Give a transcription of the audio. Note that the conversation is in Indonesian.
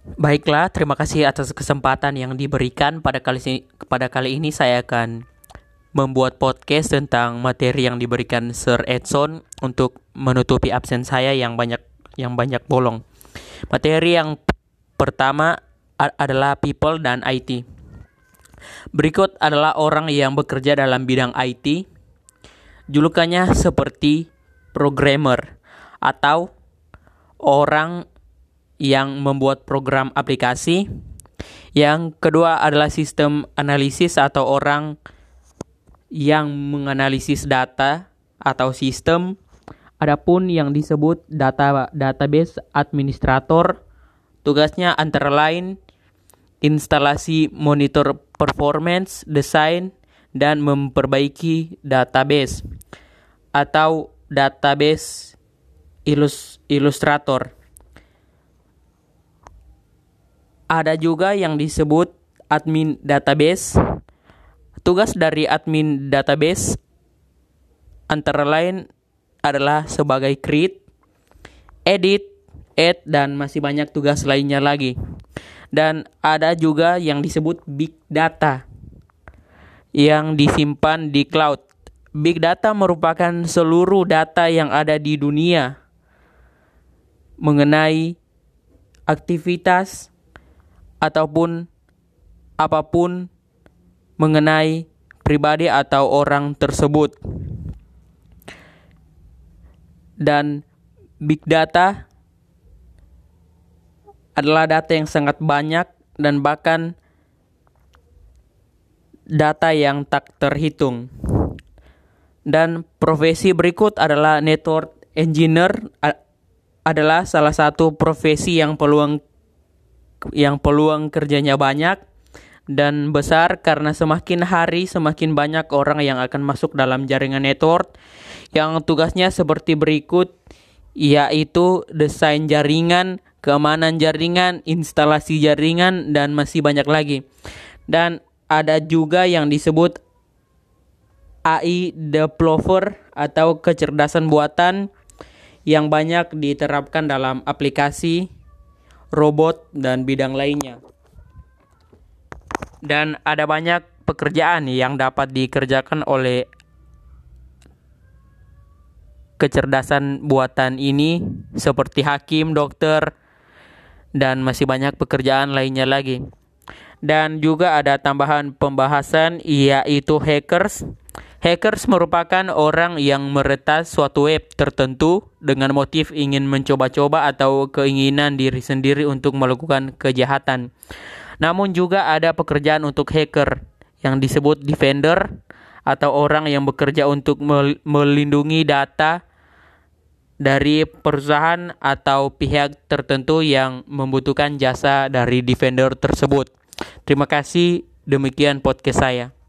Baiklah, terima kasih atas kesempatan yang diberikan. Pada kali ini saya akan membuat podcast tentang materi yang diberikan Sir Edson untuk menutupi absen saya yang banyak bolong. Materi yang pertama adalah people dan IT. Berikut adalah orang yang bekerja dalam bidang IT. Julukannya seperti programmer atau orang yang membuat program aplikasi. Yang kedua adalah sistem analisis atau orang yang menganalisis data atau sistem. Adapun yang disebut database administrator, tugasnya antara lain instalasi, monitor performance, desain, dan memperbaiki database atau database ilustrator. Ada juga yang disebut admin database. Tugas dari admin database antara lain adalah sebagai create, edit, add, dan masih banyak tugas lainnya lagi. Dan ada juga yang disebut big data yang disimpan di cloud. Big data merupakan seluruh data yang ada di dunia mengenai aktivitas ataupun apapun mengenai pribadi atau orang tersebut. Dan big data adalah data yang sangat banyak dan bahkan data yang tak terhitung. Dan profesi berikut adalah network engineer, adalah salah satu profesi yang peluang kerjanya banyak dan besar karena semakin hari semakin banyak orang yang akan masuk dalam jaringan network yang tugasnya seperti berikut, yaitu desain jaringan, keamanan jaringan, instalasi jaringan, dan masih banyak lagi. Dan ada juga yang disebut AI developer atau kecerdasan buatan yang banyak diterapkan dalam aplikasi, robot, dan bidang lainnya. Dan ada banyak pekerjaan yang dapat dikerjakan oleh kecerdasan buatan ini seperti hakim, dokter, dan masih banyak pekerjaan lainnya lagi. Dan juga ada tambahan pembahasan yaitu hackers. Hackers merupakan orang yang meretas suatu web tertentu dengan motif ingin mencoba-coba atau keinginan diri sendiri untuk melakukan kejahatan. Namun juga ada pekerjaan untuk hacker yang disebut defender atau orang yang bekerja untuk melindungi data dari perusahaan atau pihak tertentu yang membutuhkan jasa dari defender tersebut. Terima kasih, demikian podcast saya.